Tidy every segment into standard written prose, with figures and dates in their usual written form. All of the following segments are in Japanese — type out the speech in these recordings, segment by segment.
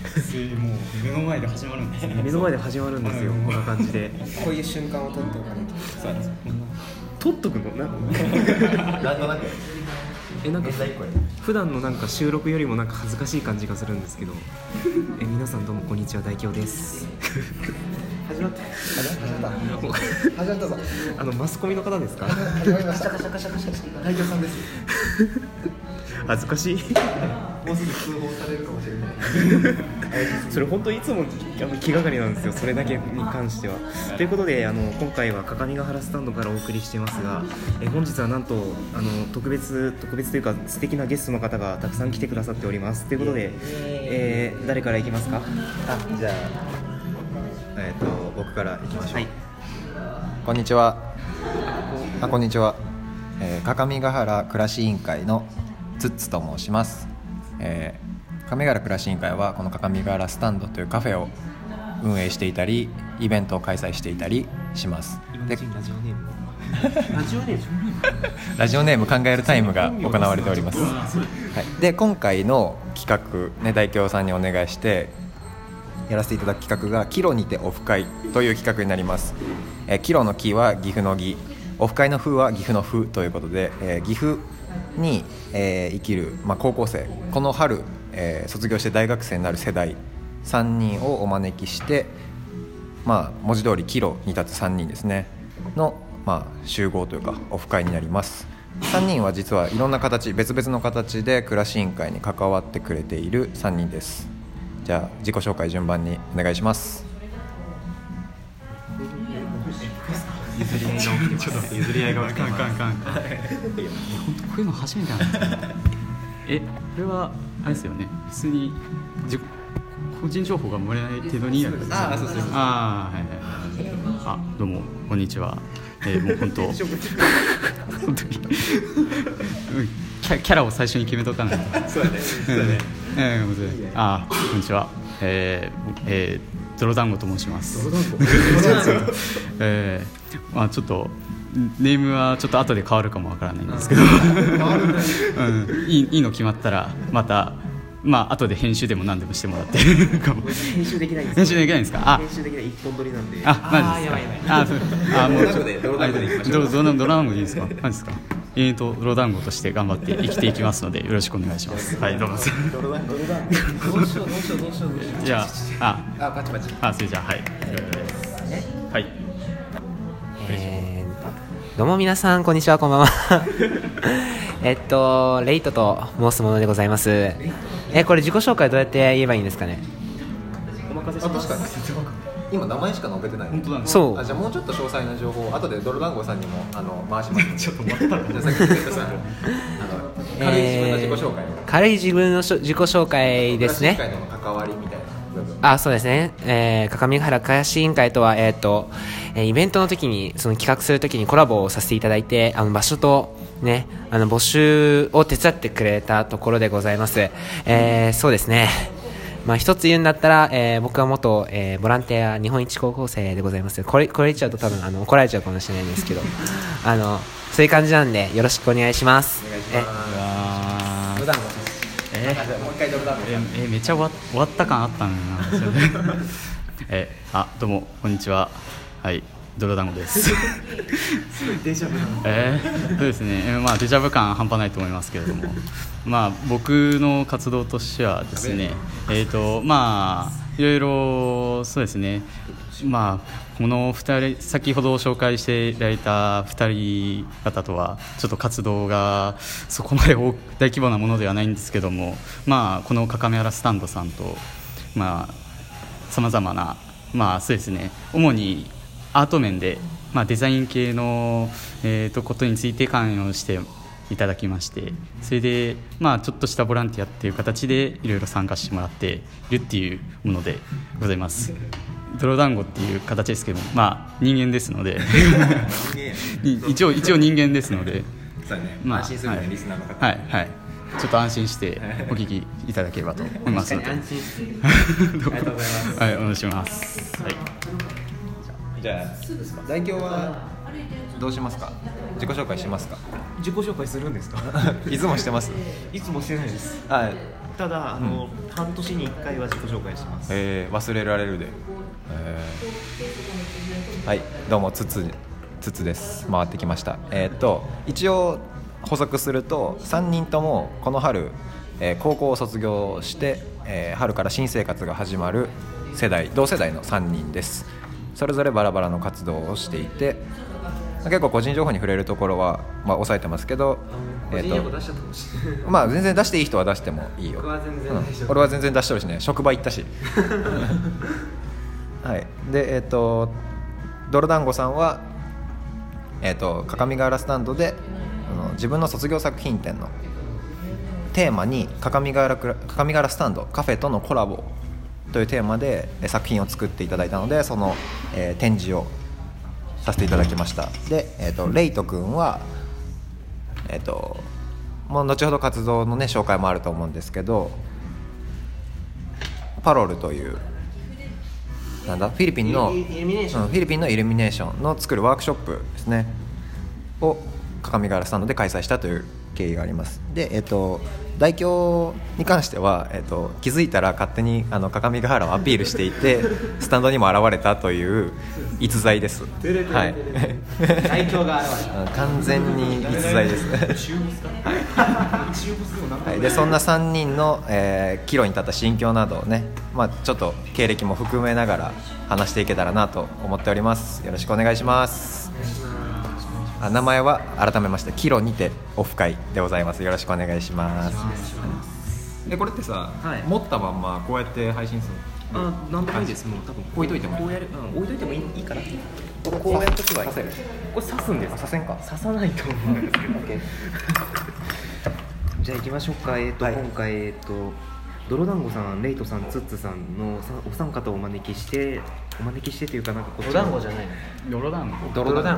もう目の前で始まるんですね。 目の前で始まるんですよ、こんな感じで。 こういう瞬間を撮っておかないと。 そうなんですよ。 撮っとくのなんなんとなくなんか普段のなんか収録よりもなんか恥ずかしい感じがするんですけど皆さんどうもこんにちは、大京です始まったぞ。 マスコミの方ですか？ 始まりました。大京さんです。 恥ずかしいもうすぐ通報されるかもしれないそれ本当いつも気がかりなんですよ、それだけに関しては。ということで今回は各務原スタンドからお送りしてますが、本日はなんと特別というか素敵なゲストの方がたくさん来てくださっております。ということで、誰からいきますか？ じゃあ僕からいきましょう。 はい、 こんにちは。こんにちは。各務原暮らし委員会のツッツと申します。各務原暮らし委員会はこの各務原スタンドというカフェを運営していたり、イベントを開催していたりします。でラジオネーム考えるタイムが行われております。はい、で今回の企画、ね、大京さんにお願いしてやらせていただく企画がキロにてオフ会という企画になります。キロのキは岐阜の岐、オフ会のフは岐阜のフということで、岐阜に、生きる、高校生、この春、卒業して大学生になる世代3人をお招きして、文字通りキロに立つ3人ですねの、集合というかオフ会になります。3人は実はいろんな形、別々の形で暮らし委員会に関わってくれている3人です。じゃあ自己紹介順番にお願いします。 譲り合いが起きてます。譲り合いが起きてます。本当こういうの初めてなんですよ。これはあれですよね。普通に個人情報が漏れない程度にやるんですよ。そうです。どうもこんにちは。もう本当にキャラを最初に決めとかないと。そうだね。こんにちは。泥団子と申します。ちょっとネームはちょっと後で変わるかもわからないんですけどいいの決まったらまた後で編集でも何でもしてもらって編集できないんですか？ 編集できないんですか？ 編集できない一本撮りなんで。 マジですか？もう泥団子でいきましょう。泥団子でいいですか？マジですか？泥団子として頑張って生きていきますのでよろしくお願いします。はい、どうも。 泥団子どうしよう。 じゃパチパチ。 それじゃはい。はい。 どうも皆さんこんにちは、こんばんはレイトと申すものでございます。これ自己紹介どうやって言えばいいんですかね？ お任せします。 確かに今名前しか載せてない。 本当だね。 そう。 じゃあもうちょっと詳細な情報を後で泥団子さんにも回しますちょっと待った。 じゃあさっき言ったさ軽い自分の自己紹介を。 軽い自分の自己紹介ですね。 暮らし委員会との関わりみたいな部分。 そうですね。各務原暮らし委員会とはイベントの時にその企画する時にコラボをさせていただいて、場所とね募集を手伝ってくれたところでございます。そうですね。一つ言うんだったら、僕は元、ボランティア日本一高校生でございます。これ言っちゃうと多分怒られちゃうかもしれないんですけどそういう感じなんでよろしくお願いします。 お願いします。泥団子。もう一回泥団子。 めっちゃ終わった感あったんな。どうもこんにちは。はい、泥団子です。 デジャブなの。 そうですね。デジャブ感半端ないと思いますけれども、僕の活動としてはですね、いろいろそうですね。この2人先ほど紹介していただいた2人方とはちょっと活動がそこまで大規模なものではないんですけども、この各務原スタンドさんとさまざまなそうですね、主にアート面で、デザイン系の、ことについて関与していただきまして、それで、ちょっとしたボランティアっていう形でいろいろ参加してもらっているっていうものでございます。泥団子っていう形ですけども、人間ですので一応人間ですので、 そうね、安心するね、リスナーの方。 はいちょっと安心してお聞きいただければと思いますので安心してありがとうございます。 はい、お願いします。はい。 じゃあ代表はどうしますか？自己紹介しますか？ 自己紹介するんですか？ いつもしてます？ いつもしてないです。 あ、 ただ半年に1回は自己紹介してます。 忘れられるで、はい、どうもつつです回ってきました。一応補足すると3人ともこの春、高校を卒業して、春から新生活が始まる同世代の3人です。それぞれバラバラの活動をしていて、結構個人情報に触れるところは、抑えてますけど、 個人情報出しちゃったかもしれない全然出していい人は出してもいいよ。 僕は全然大丈夫、 俺は全然出してるしね、職場行ったしはい。で泥団子さんは各務原スタンドで自分の卒業作品展のテーマに各務原スタンドカフェとのコラボというテーマで作品を作っていただいたので、その、展示をさせていただきました。で、レイト君はもう後ほど活動のね紹介もあると思うんですけど、パロルというフィリピンのイルミネーションの作るワークショップですねを各務原スタンドで開催したという経緯があります。で、代表に関しては、気づいたら勝手に各務原をアピールしていてスタンドにも現れたという逸材です。はい、 代表が現れた完全に逸材ですはい、でそんな3人の、岐路に立った心境などをね、ちょっと経歴も含めながら話していけたらなと思っております。よろしくお願いします。名前は改めましてキロにてオフ会でございます。よろしくお願いします。でこれってさ、持ったまんまこうやって配信するの？なんでもいいです。もう多分置いといてもこうやる、置いといてもいいかな。こうやるときはこれ刺すんですか？ 刺せんか？ 刺さないと思うんですけどじゃあ行きましょうか。今回泥団子さん、レイトさん、ツッツさんのお三方をお招きしてというか、なんかこっちの泥団子じゃないの？ 泥団子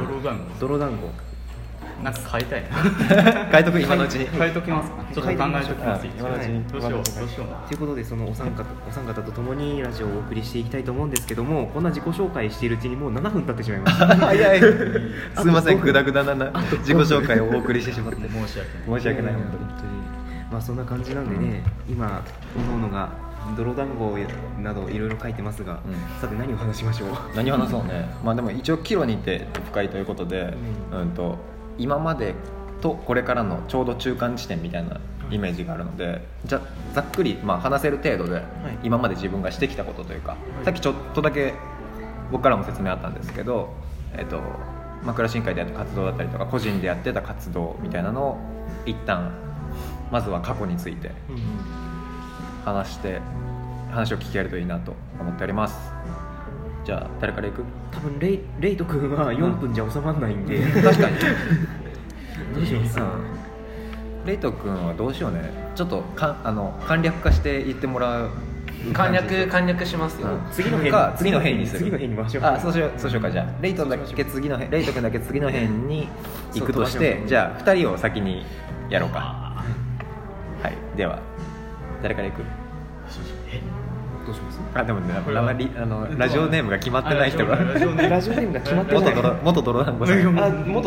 なんか変えたいな変えとく、今のうちに変えときますか。ちょっと考えときます。 今のうちにどうしようということで、そのお三方と共にラジオをお送りしていきたいと思うんですけども、こんな自己紹介しているうちにもう7分経ってしまいました早いすいません、グダグダな自己紹介をお送りしてしまって申し訳ない本当にそんな感じなんでね、今各々が泥団子などいろいろ書いてますが、さて何を話しましょう。 何を話そうね。でも一応キロにてオフ会ということで、今までとこれからのちょうど中間地点みたいなイメージがあるので、ざっくり話せる程度で、今まで自分がしてきたことというか、さっきちょっとだけ僕からも説明あったんですけど、倉新会でやった活動だったりとか個人でやってた活動みたいなのを一旦まずは過去について話を聞けるといいなと思っております。じゃあ誰からいく？ 多分レイト君は4分じゃ収まらないんで、 確かにどうします？ レイト君はどうしようね。ちょっと簡略化して言ってもらう。 簡略しますよ。 次の辺にする。次の辺に回しよう。 そうしようか。じゃあレイト君だけ次の辺に行くとして、じゃあ2人を先にやろうか。はい、では誰から行く？ どうします？ でもね、ラジオネームが決まってない人がラジオネームが決まってない元泥団子さんちょっと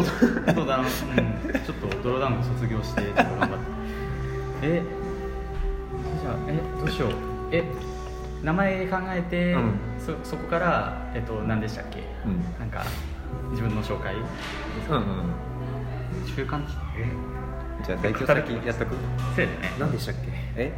泥団子卒業してちょっと頑張ってどうしよう。名前考えて、そこから何でしたっけ？なんか自分の紹介中間地点。 じゃあ代表先やっとく。 そうだね。 何でしたっけ？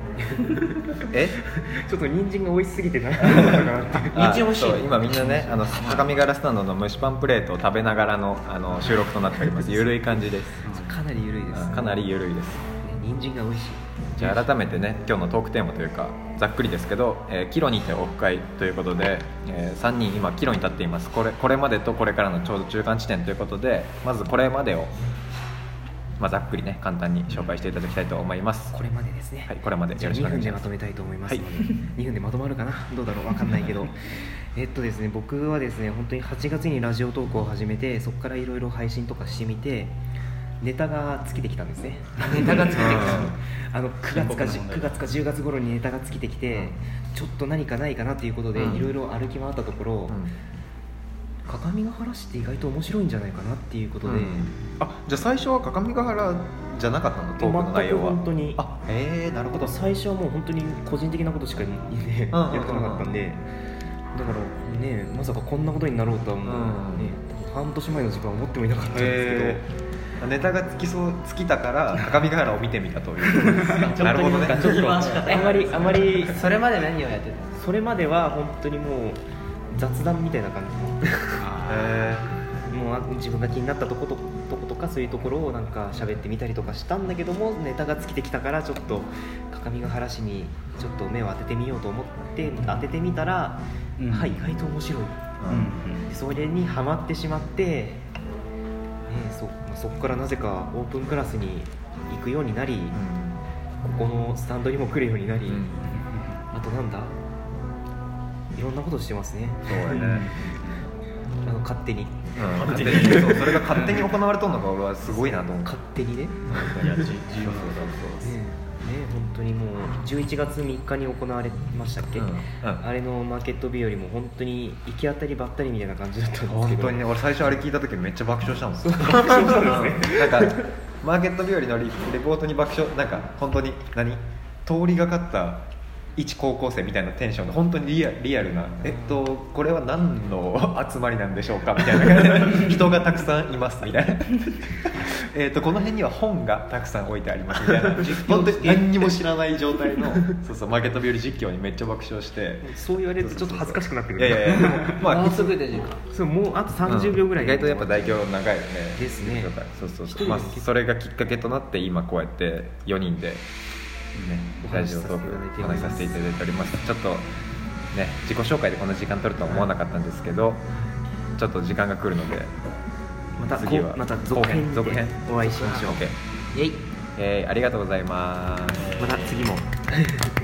ちょっと人参が美味しすぎて何だったかなって。 人参美味しい。 今みんなね、各務原スタンドの蒸しパンプレートを食べながらの収録となっております。ゆるい感じです。 かなりゆるいです。 かなりゆるいです。 人参が美味しい。 じゃあ改めてね、今日のトークテーマというかざっくりですけど、キロにてオフ会ということで、3人今キロに立っています。これまでとこれからのちょうど中間地点ということで、まずこれまでをざっくりね簡単に紹介していただきたいと思います。 これまでですね。 はい、これまでじゃあ2分でまとめたいと思いますので、2分でまとまるかな、どうだろう、分かんないけどですね、僕はですね本当に8月にラジオトークを始めて、そこからいろいろ配信とかしてみてネタが尽きてきたんですね。 ネタが尽きてきた 9月か10月頃にネタが尽きてきて、ちょっと何かないかなということでいろいろ歩き回ったところ、 各務原市って意外と面白いんじゃないかなっていうことで、 あ、じゃあ最初は各務原じゃなかったの、トークの内容は。 全く本当に、 あ、なるほど。 最初はもう本当に個人的なことしかね、やってなかったんで、だからね、まさかこんなことになろうとはもう、ね、半年前の自分は思ってもいなかったんですけど、 ネタが尽きたから各務原を見てみたというなるほどね。 ちょっとあまりそれまで何をやってた？ それまでは本当にもう雑談みたいな感じのもう自分が気になったとことかそういうところをなんか喋ってみたりとかしたんだけども、ネタが尽きてきたからちょっと各務原市にちょっと目を当ててみようと思って当ててみたら、意外と面白い、それにハマってしまって、そこからなぜかオープンクラスに行くようになり、ここのスタンドにも来るようになり、あとなんだ、いろんなことしてますね。 そうやね。 勝手に、 そうそれが勝手に行われとんのが俺はすごいなと思う。 勝手にね。本当にもう11月3日に行われましたっけ、あれのマーケット日よりも本当に行き当たりばったりみたいな感じだったんですけど、 本当にね、俺最初あれ聞いた時めっちゃ爆笑したもん。なんかマーケット日和のレポートに爆笑、なんか本当に通りがかった一高校生みたいなテンションで本当にリアルな、これは何の集まりなんでしょうかみたいな感じで人がたくさんいますみたいなこの辺には本がたくさん置いてありますみたいな本当に何にも知らない状態のそうマーケット日和実況にめっちゃ爆笑して、 そう言われるとちょっと恥ずかしくなってくる。いやまあすぐで時間、 そうもうあと30秒ぐらい、 意外とやっぱ代表長いよね。 ですね。 そうまあそれがきっかけとなって今こうやって4人でラジオトークお話しさせていただいております。ちょっとね、自己紹介でこんな時間取るとは思わなかったんですけど、ちょっと時間が来るので次はまた続編でお会いしましょう。 イエイ、 ありがとうございます。 また次も